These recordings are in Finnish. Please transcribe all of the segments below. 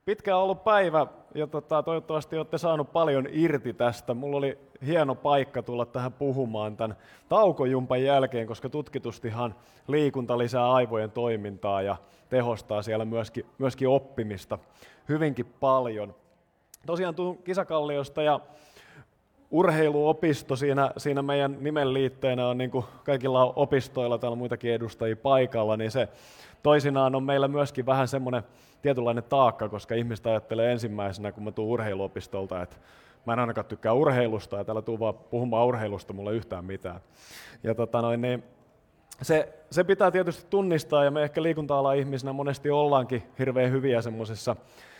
Pitkä on ollut päivä ja toivottavasti olette saanut paljon irti tästä. Mulla oli hieno paikka tulla tähän puhumaan tämän taukojumpan jälkeen, koska tutkitustihan liikunta lisää aivojen toimintaa ja tehostaa siellä myöskin oppimista hyvinkin paljon. Tosiaan tuun Kisakalliosta ja urheiluopisto siinä meidän nimen liitteenä on, niin kuin kaikilla opistoilla, täällä on muitakin edustajia paikalla, niin se toisinaan on meillä myöskin vähän semmoinen tietynlainen taakka, koska ihmiset ajattelee ensimmäisenä, kun mä tuun urheiluopistolta, että mä en ainakaan tykkää urheilusta ja täällä tuun vaan puhumaan urheilusta, mulla ei yhtään mitään. Ja niin se pitää tietysti tunnistaa ja me ehkä liikunta-alan ihmisinä monesti ollaankin hirveän hyviä semmoisessa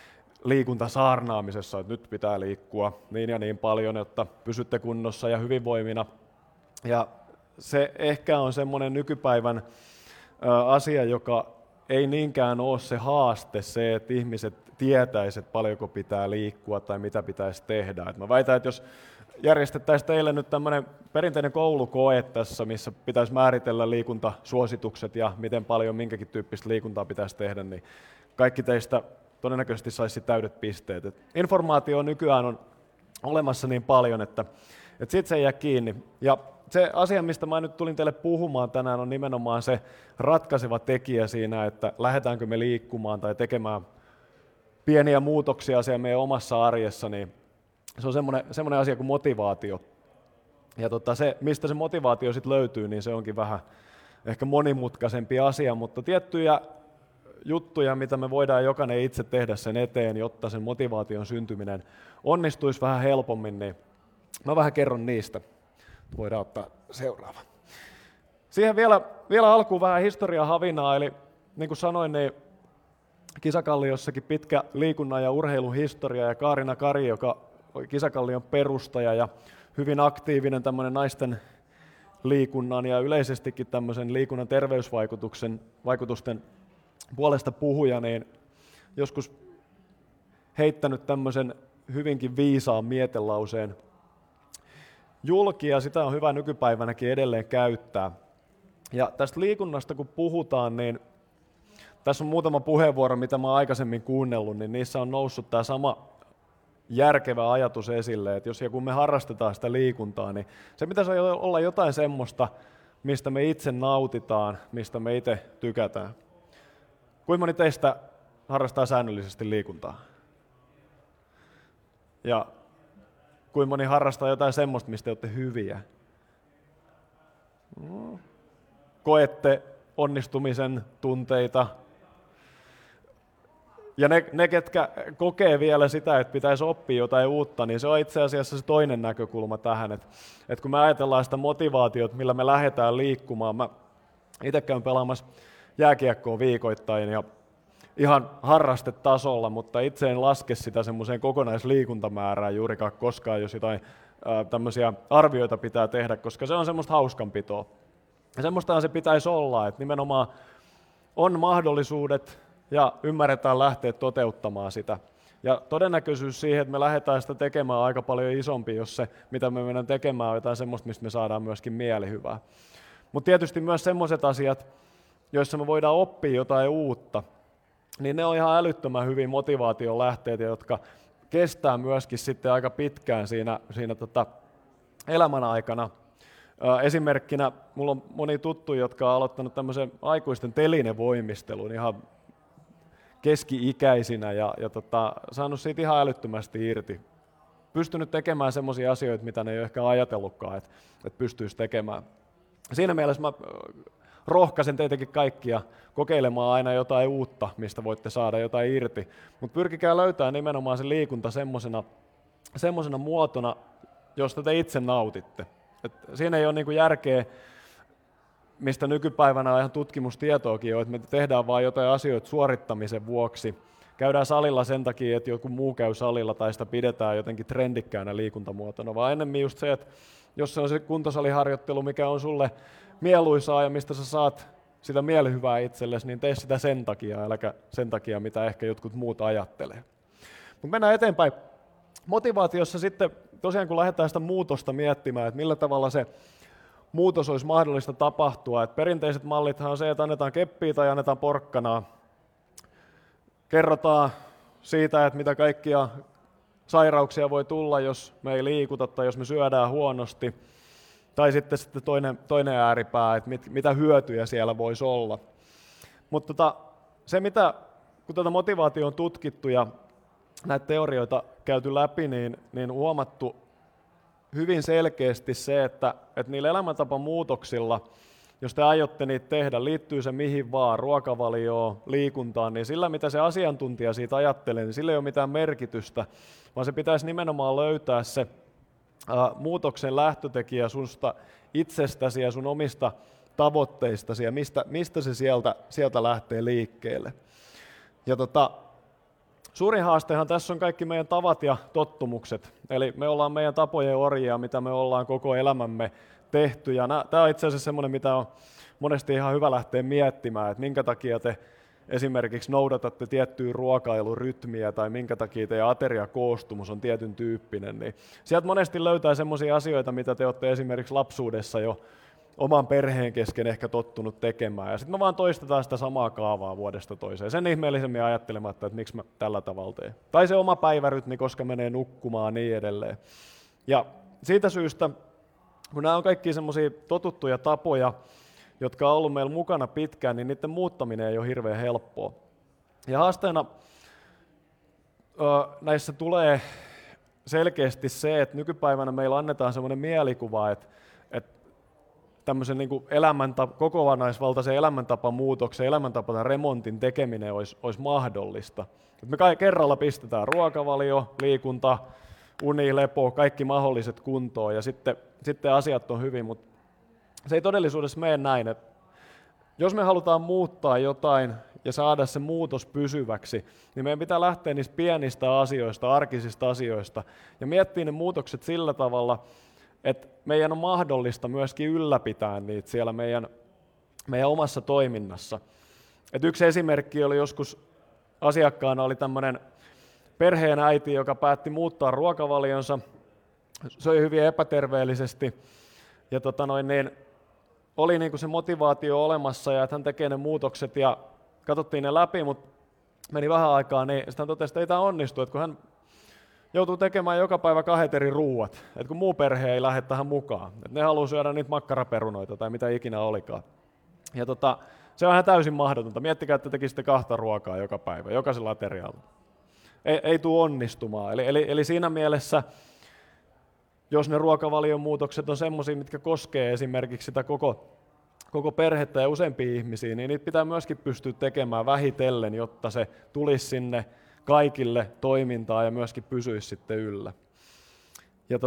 liikuntasaarnaamisessa, että nyt pitää liikkua niin ja niin paljon, jotta pysytte kunnossa ja hyvinvoimina. Ja se ehkä on semmoinen nykypäivän asia, joka ei niinkään ole se haaste, se, että ihmiset tietäisivät, paljonko pitää liikkua tai mitä pitäisi tehdä. Et mä väitän, että jos järjestettäisiin teille nyt tämmöinen perinteinen koulukoe tässä, missä pitäisi määritellä liikuntasuositukset ja miten paljon minkäkin tyyppistä liikuntaa pitäisi tehdä, niin kaikki teistä todennäköisesti saisi täydet pisteet. Informaatio nykyään on olemassa niin paljon, että siitä se ei jää kiinni. Ja se asia, mistä mä nyt tulin teille puhumaan tänään, on nimenomaan se ratkaiseva tekijä siinä, että lähdetäänkö me liikkumaan tai tekemään pieniä muutoksia siellä meidän omassa arjessa, niin se on semmoinen asia kuin motivaatio. Ja se, mistä se motivaatio sitten löytyy, niin se onkin vähän ehkä monimutkaisempi asia, mutta tiettyjä juttuja, mitä me voidaan jokainen itse tehdä sen eteen, jotta sen motivaation syntyminen onnistuisi vähän helpommin, niin mä vähän kerron niistä. Voidaan ottaa seuraava. Siihen vielä alkuun vähän historiahavinaa, eli niin kuin sanoin, niin Kisakalliossakin pitkä liikunnan ja urheilun historia, ja Kaarina Kari, joka oli Kisakallion perustaja ja hyvin aktiivinen tämmöinen naisten liikunnan ja yleisestikin tämmöisen liikunnan terveysvaikutusten puolesta puhuja, niin joskus heittänyt tämmöisen hyvinkin viisaan mietelauseen julki, ja sitä on hyvä nykypäivänäkin edelleen käyttää. Ja tästä liikunnasta kun puhutaan, niin tässä on muutama puheenvuoro, mitä mä oon aikaisemmin kuunnellut, niin niissä on noussut tämä sama järkevä ajatus esille, että jos ja kun me harrastetaan sitä liikuntaa, niin se pitäisi olla jotain semmoista, mistä me itse nautitaan, mistä me itse tykätään. Kuinka moni teistä harrastaa säännöllisesti liikuntaa? Ja kuinka moni harrastaa jotain semmoista, mistä olette hyviä? Koette onnistumisen tunteita. Ja ne, ketkä kokee vielä sitä, että pitäisi oppia jotain uutta, niin se on itse asiassa se toinen näkökulma tähän. Että kun me ajatellaan sitä motivaatiota, millä me lähdetään liikkumaan, mä itse käyn pelaamassa jääkiekkoa viikoittain ja ihan harrastetasolla, mutta itse en laske sitä semmoiseen kokonaisliikuntamäärään juurikaan koskaan, jos jotain tämmöisiä arvioita pitää tehdä, koska se on semmoista hauskanpitoa. Ja semmoistahan se pitäisi olla, että nimenomaan on mahdollisuudet ja ymmärretään lähteä toteuttamaan sitä. Ja todennäköisyys siihen, että me lähdetään sitä tekemään aika paljon isompi, jos se, mitä me mennään tekemään, on jotain semmoista, mistä me saadaan myöskin mielihyvää. Mutta tietysti myös semmoiset asiat, joissa me voidaan oppia jotain uutta, niin ne on ihan älyttömän hyvin motivaation lähteitä, jotka kestää myöskin sitten aika pitkään siinä elämän aikana. Esimerkkinä mulla on moni tuttu, jotka on aloittanut tämmöisen aikuisten telinevoimistelun ihan keski-ikäisinä ja saanut siitä ihan älyttömästi irti. Pystynyt tekemään semmoisia asioita, mitä ne ei ole ehkä ajatellutkaan, että pystyisi tekemään. Siinä mielessä mä rohkaisen teitäkin kaikkia kokeilemaan aina jotain uutta, mistä voitte saada jotain irti. Mutta pyrkikää löytämään nimenomaan se liikunta semmoisena muotona, josta te itse nautitte. Et siinä ei ole niinku järkeä, mistä nykypäivänä on ihan tutkimustietoakin jo, että me tehdään vain jotain asioita suorittamisen vuoksi. Käydään salilla sen takia, että joku muu käy salilla tai sitä pidetään jotenkin trendikkäänä liikuntamuotona, vaan ennemmin just se, että jos se on se kuntosaliharjoittelu, mikä on sulle mieluisaa ja mistä sä saat sitä mielihyvää itsellesi, niin tee sitä sen takia, äläkä sen takia, mitä ehkä jotkut muut ajattelee. Mutta mennään eteenpäin. Motivaatiossa sitten tosiaan, kun lähdetään sitä muutosta miettimään, että millä tavalla se muutos olisi mahdollista tapahtua. Että perinteiset mallithan on se, että annetaan keppiä tai annetaan porkkanaa. Kerrotaan siitä, että mitä kaikkia sairauksia voi tulla, jos me ei liikuta tai jos me syödään huonosti. Tai sitten toinen ääripää, että mitä hyötyjä siellä voisi olla. Mutta kun tätä motivaatiota on tutkittu ja näitä teorioita käyty läpi, niin huomattu hyvin selkeästi se, että niillä elämäntapamuutoksilla, jos te aiotte niitä tehdä, liittyy se mihin vaan, ruokavalioon, liikuntaan, niin sillä mitä se asiantuntija siitä ajattelee, niin sillä ei ole mitään merkitystä, vaan se pitäisi nimenomaan löytää se muutoksen lähtötekijä susta itsestäsi ja sun omista tavoitteistasi ja mistä se sieltä lähtee liikkeelle. Ja suurin haastehan tässä on kaikki meidän tavat ja tottumukset. Eli me ollaan meidän tapojen orjia, mitä me ollaan koko elämämme tehty. Ja tämä on itse asiassa semmoinen, mitä on monesti ihan hyvä lähteä miettimään, että minkä takia te esimerkiksi noudatatte tiettyä ruokailurytmiä tai minkä takia teidän ateriakoostumus on tietyn tyyppinen. Niin sieltä monesti löytää semmoisia asioita, mitä te olette esimerkiksi lapsuudessa jo oman perheen kesken ehkä tottunut tekemään. Ja sitten me vaan toistetaan sitä samaa kaavaa vuodesta toiseen. Sen ihmeellisemmin ajattelematta, että miksi mä tällä tavalla teen. Tai se oma päivärytmi, koska menee nukkumaan ja niin edelleen. Ja siitä syystä, kun nämä on kaikki semmoisia totuttuja tapoja, jotka on ollut meillä mukana pitkään, niin niiden muuttaminen ei ole hirveän helppoa. Ja haasteena näissä tulee selkeästi se, että nykypäivänä meillä annetaan semmoinen mielikuva, että tämmöisen niin kuin kokonaisvaltaisen elämäntapamuutoksen, elämäntaparemontin tekeminen olisi mahdollista. Me kerralla pistetään ruokavalio, liikunta, uni, lepo, kaikki mahdolliset kuntoon ja sitten asiat on hyvin, mutta se ei todellisuudessa mene näin. Että jos me halutaan muuttaa jotain ja saada se muutos pysyväksi, niin meidän pitää lähteä niistä pienistä asioista, arkisista asioista ja miettiä ne muutokset sillä tavalla, että meidän on mahdollista myöskin ylläpitää niitä siellä meidän omassa toiminnassa. Et yksi esimerkki oli joskus asiakkaana oli tämmöinen perheen äiti, joka päätti muuttaa ruokavalionsa, söi hyvin epäterveellisesti ja oli niinku se motivaatio olemassa ja että hän tekee ne muutokset ja katsottiin ne läpi, mutta meni vähän aikaa, niin sitten hän totesi, että ei tämä onnistu, että kun hän joutuu tekemään joka päivä 2 eri ruuat, että kun muu perhe ei lähde tähän mukaan. Että ne haluaa syödä niitä makkaraperunoita tai mitä ikinä olikaan. Ja se on ihan täysin mahdotonta. Miettikää, että tekisitte 2 ruokaa joka päivä, jokaisella aterialla. Ei tule onnistumaan. Eli siinä mielessä, jos ne ruokavalion muutokset on semmoisia, mitkä koskee esimerkiksi sitä koko perhettä ja useampia ihmisiä, niin niitä pitää myöskin pystyä tekemään vähitellen, jotta se tulisi sinne kaikille toimintaa ja myöskin pysyisi sitten yllä. Ja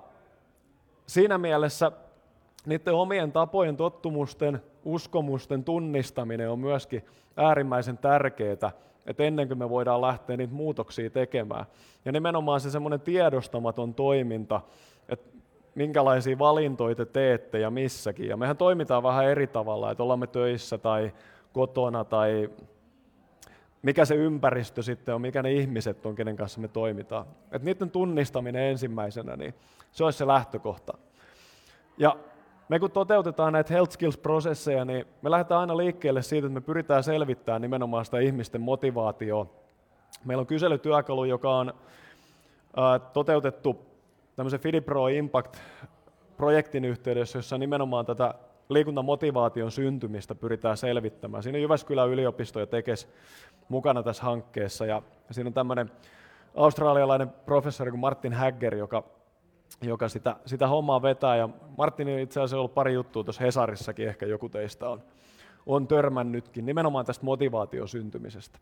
siinä mielessä niiden omien tapojen, tottumusten, uskomusten tunnistaminen on myöskin äärimmäisen tärkeää, että ennen kuin me voidaan lähteä niitä muutoksia tekemään. Ja nimenomaan se semmoinen tiedostamaton toiminta, että minkälaisia valintoja te teette ja missäkin. Ja mehän toimitaan vähän eri tavalla, että ollaan me töissä tai kotona tai mikä se ympäristö sitten on, mikä ne ihmiset on, kenen kanssa me toimitaan. Että niiden tunnistaminen ensimmäisenä, niin se olisi se lähtökohta. Ja me kun toteutetaan näitä health skills-prosesseja, niin me lähdetään aina liikkeelle siitä, että me pyritään selvittämään nimenomaan sitä ihmisten motivaatioa. Meillä on kyselytyökalu, joka on toteutettu tämmöisen FidiPro Impact-projektin yhteydessä, jossa nimenomaan tätä liikuntamotivaation syntymistä pyritään selvittämään. Siinä on Jyväskylän yliopisto ja Tekes mukana tässä hankkeessa, ja siinä on tämmöinen australialainen professori kuin Martin Hägger, joka sitä hommaa vetää, ja Martin on itse asiassa ollut pari juttua tuossa Hesarissakin, ehkä joku teistä on törmännytkin, nimenomaan tästä motivaation syntymisestä.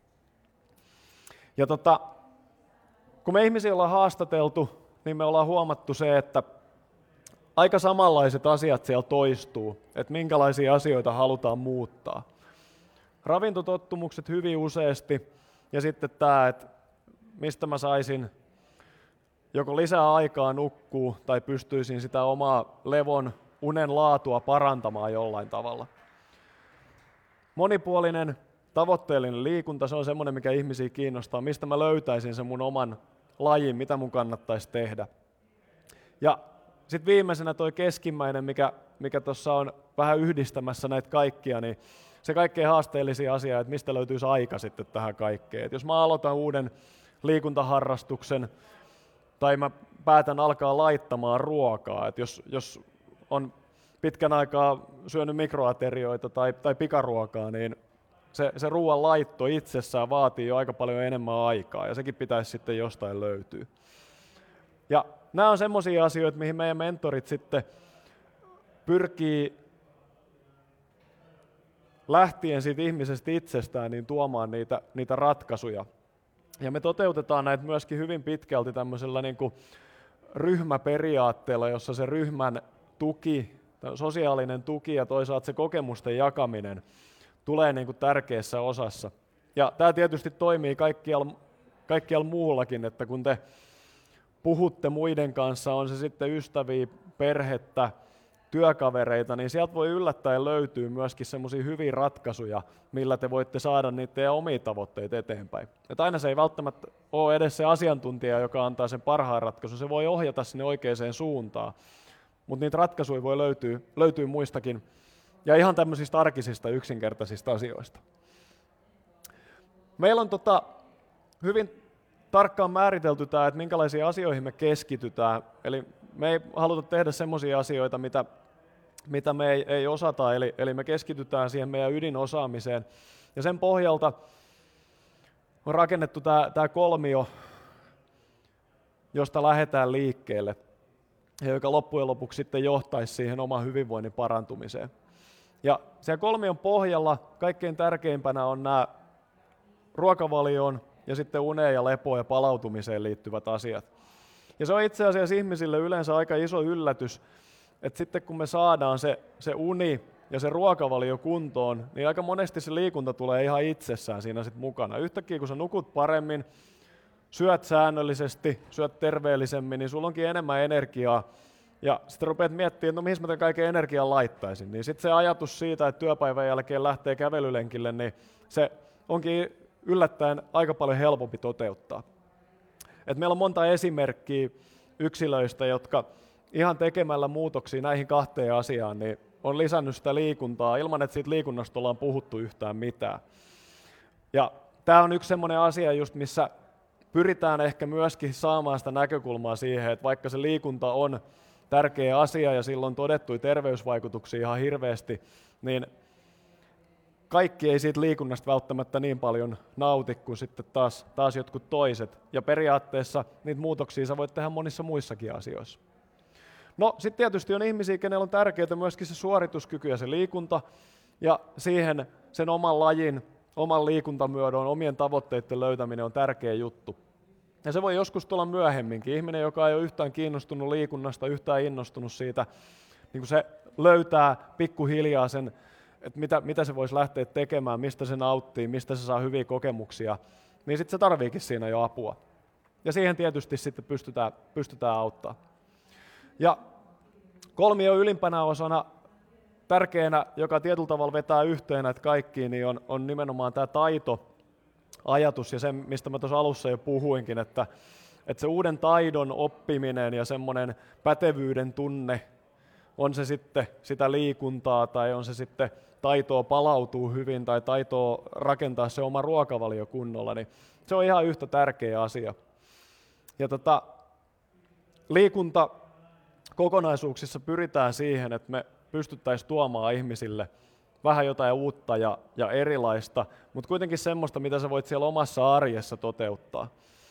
Ja kun me ihmisiä ollaan haastateltu, niin me ollaan huomattu se, että aika samanlaiset asiat siellä toistuu, että minkälaisia asioita halutaan muuttaa. Ravintotottumukset hyvin useasti, ja sitten tämä, että mistä mä saisin joko lisää aikaa nukkuu tai pystyisin sitä omaa levon, unen laatua parantamaan jollain tavalla. Monipuolinen, tavoitteellinen liikunta, se on semmoinen, mikä ihmisiä kiinnostaa, mistä mä löytäisin sen mun oman lajin, mitä mun kannattaisi tehdä. Ja sitten viimeisenä toi keskimmäinen, mikä tuossa on vähän yhdistämässä näitä kaikkia, niin se kaikkein haasteellisin asia, että mistä löytyisi aika sitten tähän kaikkeen. Et jos mä aloitan uuden liikuntaharrastuksen tai mä päätän alkaa laittamaan ruokaa, että jos on pitkän aikaa syönyt mikroaterioita tai pikaruokaa, niin se ruoan laitto itsessään vaatii jo aika paljon enemmän aikaa, ja sekin pitäisi sitten jostain löytyä. Ja nämä on semmoisia asioita, mihin meidän mentorit sitten pyrkii lähtien siitä ihmisestä itsestään niin tuomaan niitä ratkaisuja. Ja me toteutetaan näitä myöskin hyvin pitkälti tämmöisellä niin kuin ryhmäperiaatteella, jossa se ryhmän tuki, sosiaalinen tuki ja toisaalta se kokemusten jakaminen tulee niin kuin tärkeässä osassa. Ja tämä tietysti toimii kaikkialla muullakin, että kun te puhutte muiden kanssa, on se sitten ystäviä, perhettä, työkavereita, niin sieltä voi yllättäen löytyä myöskin semmoisia hyviä ratkaisuja, millä te voitte saada niitä teidän omia tavoitteita eteenpäin. Et aina se ei välttämättä ole edes se asiantuntija, joka antaa sen parhaan ratkaisun, se voi ohjata sinne oikeaan suuntaan, mutta niitä ratkaisuja voi löytyä muistakin ja ihan tämmöisistä arkisista yksinkertaisista asioista. Meillä on hyvin tarkkaan määritelty tämä, että minkälaisiin asioihin me keskitytään, eli me ei haluta tehdä semmoisia asioita, mitä me ei osata, eli me keskitytään siihen meidän ydinosaamiseen. Ja sen pohjalta on rakennettu tämä kolmio, josta lähdetään liikkeelle, ja joka loppujen lopuksi sitten johtaisi siihen oman hyvinvoinnin parantumiseen. Ja siellä kolmion pohjalla kaikkein tärkeimpänä on nämä ruokavalioon ja sitten uneen ja lepoon ja palautumiseen liittyvät asiat. Ja se on itse asiassa ihmisille yleensä aika iso yllätys, että sitten kun me saadaan se uni ja se ruokavalio kuntoon, niin aika monesti se liikunta tulee ihan itsessään siinä sitten mukana. Yhtäkkiä kun sä nukut paremmin, syöt säännöllisesti, syöt terveellisemmin, niin sulla onkin enemmän energiaa. Ja sitten rupeat miettimään, että no mihin mä tämän kaiken energian laittaisin. Niin sitten se ajatus siitä, että työpäivän jälkeen lähtee kävelylenkille, niin se onkin yllättäen aika paljon helpompi toteuttaa. Et meillä on monta esimerkkiä yksilöistä, jotka ihan tekemällä muutoksia näihin kahteen asiaan, niin on lisännyt sitä liikuntaa ilman, että siitä liikunnasta ollaan puhuttu yhtään mitään. Ja tämä on yksi semmoinen asia, just missä pyritään ehkä myöskin saamaan sitä näkökulmaa siihen, että vaikka se liikunta on tärkeä asia ja sillä on todettuja terveysvaikutuksia ihan hirveästi, niin kaikki ei siitä liikunnasta välttämättä niin paljon nauti kuin sitten taas jotkut toiset. Ja periaatteessa niitä muutoksia sä voit tehdä monissa muissakin asioissa. No sitten tietysti on ihmisiä, kenellä on tärkeää myöskin se suorituskyky ja se liikunta, ja siihen sen oman lajin, oman liikuntamuodon, omien tavoitteiden löytäminen on tärkeä juttu. Ja se voi joskus tulla myöhemminkin. Ihminen, joka ei ole yhtään kiinnostunut liikunnasta, yhtään innostunut siitä, niin kun se löytää pikkuhiljaa sen, että mitä se voisi lähteä tekemään, mistä se nauttii, mistä se saa hyviä kokemuksia, niin sitten se tarviikin siinä jo apua. Ja siihen tietysti sitten pystytään auttamaan. Ja kolmio ylimpänä osana tärkeänä, joka tietyllä tavalla vetää yhteen näitä kaikkiin, niin on nimenomaan tämä taitoajatus ja se, mistä mä tuossa alussa jo puhuinkin, että se uuden taidon oppiminen ja semmoinen pätevyyden tunne, on se sitten sitä liikuntaa tai on se sitten taitoa palautuu hyvin tai taitoa rakentaa se oma ruokavalio kunnolla, niin se on ihan yhtä tärkeä asia. Ja liikunta kokonaisuuksissa pyritään siihen, että me pystyttäisiin tuomaan ihmisille vähän jotain uutta ja erilaista, mutta kuitenkin semmoista, mitä sä voit siellä omassa arjessa toteuttaa.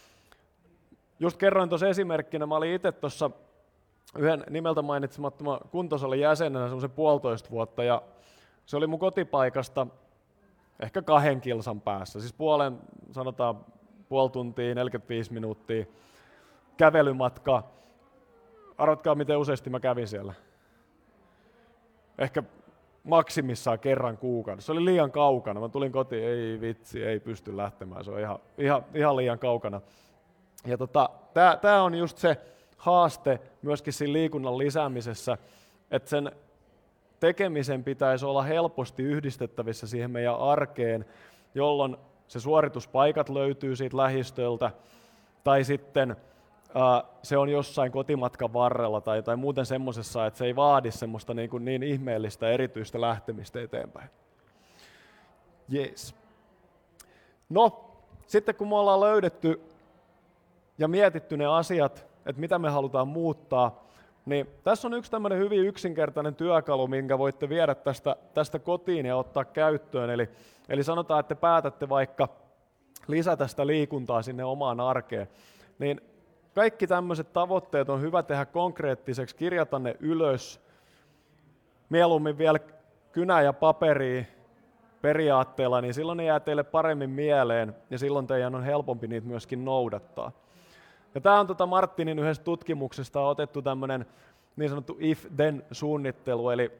Just kerroin tuossa esimerkkinä, mä olin itse tuossa yhden nimeltä mainitsemattoman kuntosalin jäsenenä semmoisen 1,5 vuotta, ja se oli mun kotipaikasta ehkä 2 kilsan päässä, siis sanotaan puoli tuntia, 45 minuuttia kävelymatka. Arvatkaa, miten useasti mä kävin siellä. Ehkä maksimissaan kerran kuukaudessa. Se oli liian kaukana. Mä tulin kotiin, ei vitsi, ei pysty lähtemään. Se on ihan liian kaukana. Ja tää on just se haaste myöskin siinä liikunnan lisäämisessä, että sen tekemisen pitäisi olla helposti yhdistettävissä siihen meidän arkeen, jolloin se suorituspaikat löytyy siitä lähistöltä, tai sitten se on jossain kotimatkan varrella tai muuten semmoisessa, että se ei vaadi semmoista niin ihmeellistä erityistä lähtemistä eteenpäin. Jees. No, sitten kun me ollaan löydetty ja mietitty ne asiat, että mitä me halutaan muuttaa, niin tässä on yksi tämmöinen hyvin yksinkertainen työkalu, minkä voitte viedä tästä kotiin ja ottaa käyttöön. Eli sanotaan, että te päätätte vaikka lisätä sitä liikuntaa sinne omaan arkeen. Niin kaikki tämmöiset tavoitteet on hyvä tehdä konkreettiseksi, kirjata ne ylös, mieluummin vielä kynä ja paperiin periaatteella, niin silloin ne jää teille paremmin mieleen ja silloin teidän on helpompi niitä myöskin noudattaa. Ja tämä on Martinin yhdestä tutkimuksesta otettu tämmöinen niin sanottu if-then-suunnittelu, eli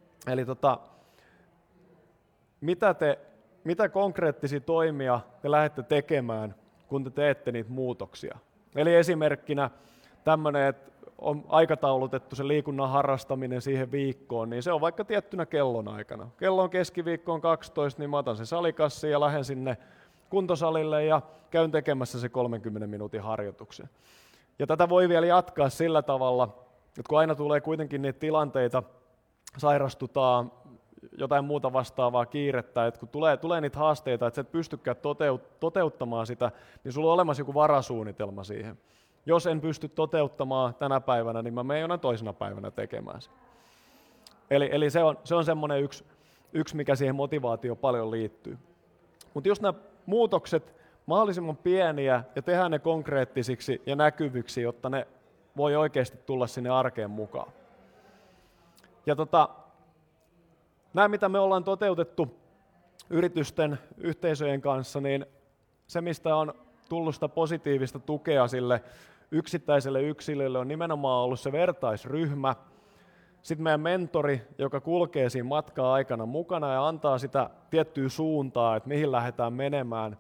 mitä konkreettisia toimia te lähdette tekemään, kun te teette niitä muutoksia. Eli esimerkkinä tämmöinen, että on aikataulutettu se liikunnan harrastaminen siihen viikkoon, niin se on vaikka tiettynä kellonaikana. Kello on keskiviikkoon 12, niin mä otan sen salikassin ja lähden sinne kuntosalille ja käyn tekemässä se 30 minuutin harjoituksen. Ja tätä voi vielä jatkaa sillä tavalla, että kun aina tulee kuitenkin niitä tilanteita, sairastutaan, jotain muuta vastaavaa kiirettä, että kun tulee niitä haasteita, että sä et pystykään toteuttamaan sitä, niin sulla on olemassa joku varasuunnitelma siihen. Jos en pysty toteuttamaan tänä päivänä, niin mä menen jonain toisena päivänä tekemään sen. Eli se on semmoinen yksi, mikä siihen motivaatioon paljon liittyy. Mutta just nämä muutokset mahdollisimman pieniä ja tehdä ne konkreettisiksi ja näkyviksi, jotta ne voi oikeasti tulla sinne arkeen mukaan. Ja nämä, mitä me ollaan toteutettu yritysten, yhteisöjen kanssa, niin se, mistä on tullut sitä positiivista tukea sille yksittäiselle yksilölle, on nimenomaan ollut se vertaisryhmä. Sitten meidän mentori, joka kulkee siinä matkaa aikana mukana ja antaa sitä tiettyä suuntaa, että mihin lähdetään menemään.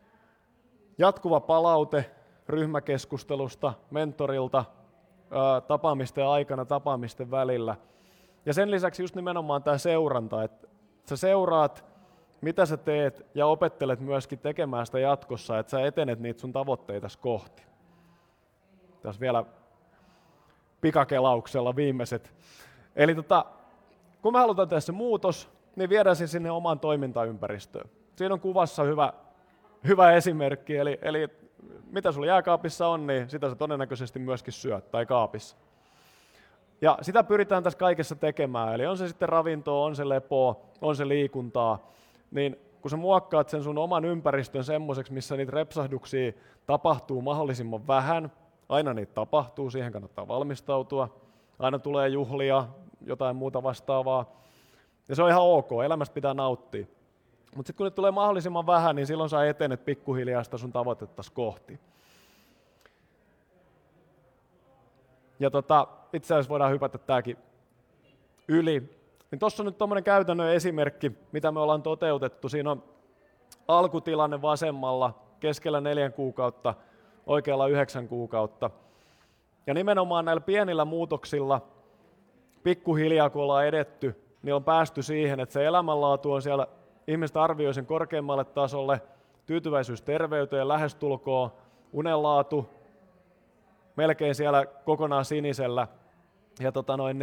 Jatkuva palaute ryhmäkeskustelusta, mentorilta, tapaamisten aikana, tapaamisten välillä. Ja sen lisäksi just nimenomaan tämä seuranta, että sä seuraat, mitä sä teet ja opettelet myöskin tekemään sitä jatkossa, että sä etenet niitä sun tavoitteita kohti. Tässä vielä pikakelauksella viimeiset. Eli kun me halutaan tehdä se muutos, niin viedään se sinne omaan toimintaympäristöön. Siinä on kuvassa hyvä esimerkki, eli mitä sulla jääkaapissa on, niin sitä sä todennäköisesti myöskin syöt tai kaapissa. Ja sitä pyritään tässä kaikessa tekemään, eli on se sitten ravintoa, on se lepoa, on se liikuntaa, niin kun sä muokkaat sen sun oman ympäristön semmoiseksi, missä niitä repsahduksia tapahtuu mahdollisimman vähän, aina niitä tapahtuu, siihen kannattaa valmistautua, aina tulee juhlia, jotain muuta vastaavaa, ja se on ihan ok, elämästä pitää nauttia. Mutta sitten kun ne tulee mahdollisimman vähän, niin silloin sä etenet pikkuhiljaa sitä sun tavoitettasi kohti. Ja itse asiassa voidaan hypätä tämäkin yli. Niin tuossa on nyt tuommoinen käytännön esimerkki, mitä me ollaan toteutettu. Siinä on alkutilanne vasemmalla, keskellä 4 kuukautta, oikealla 9 kuukautta. Ja nimenomaan näillä pienillä muutoksilla, pikkuhiljaa kun ollaan edetty, niin on päästy siihen, että se elämänlaatu on siellä, ihmiset arvioi sen korkeammalle tasolle, tyytyväisyys terveyteen lähestulkoon, unenlaatu, melkein siellä kokonaan sinisellä. Ja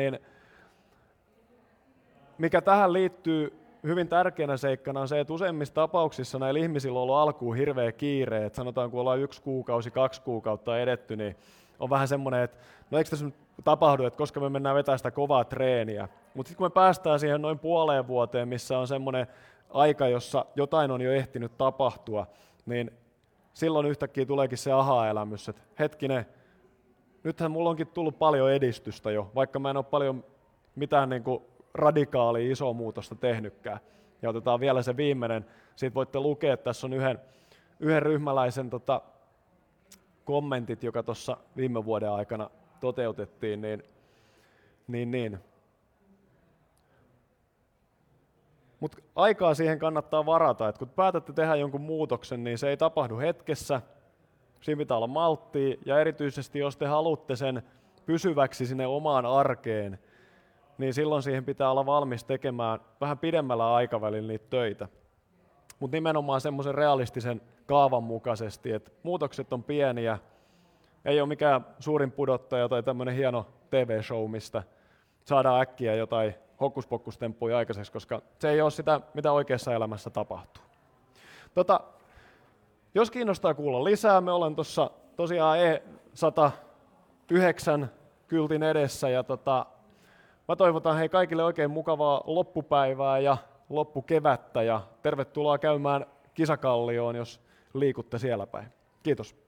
mikä tähän liittyy hyvin tärkeänä seikkana on se, että useimmissa tapauksissa näillä ihmisillä on ollut alkuun hirveä kiire. Että sanotaan, kun ollaan 1 kuukausi, 2 kuukautta edetty, niin on vähän semmoinen, että no eikö tässä nyt tapahdu, että koska me mennään vetämään sitä kovaa treeniä. Mutta sitten kun me päästään siihen noin puoleen vuoteen, missä on semmoinen aika, jossa jotain on jo ehtinyt tapahtua, niin silloin yhtäkkiä tuleekin se aha-elämys, että hetkinen, nythän mulla onkin tullut paljon edistystä jo, vaikka mä en ole paljon mitään niin kuin radikaalia isoa muutosta tehnytkään. Ja otetaan vielä se viimeinen, siitä voitte lukea, että tässä on yhden ryhmäläisen kommentit, joka tuossa viime vuoden aikana toteutettiin, niin. Mutta aikaa siihen kannattaa varata, että kun päätätte tehdä jonkun muutoksen, niin se ei tapahdu hetkessä, siinä pitää olla malttia, ja erityisesti jos te haluatte sen pysyväksi sinne omaan arkeen, niin silloin siihen pitää olla valmis tekemään vähän pidemmällä aikavälillä niitä töitä. Mutta nimenomaan semmoisen realistisen kaavan mukaisesti, että muutokset on pieniä, ei ole mikään suurin pudottaja tai tämmöinen hieno TV-show, mistä saadaan äkkiä jotain hokkuspokkustemppuja aikaiseksi, koska se ei ole sitä, mitä oikeassa elämässä tapahtuu. Jos kiinnostaa kuulla lisää, me olen tuossa tosiaan E109 kyltin edessä ja mä toivotan hei kaikille oikein mukavaa loppupäivää ja loppukevättä ja tervetuloa käymään Kisakallioon, jos liikutte siellä päin. Kiitos.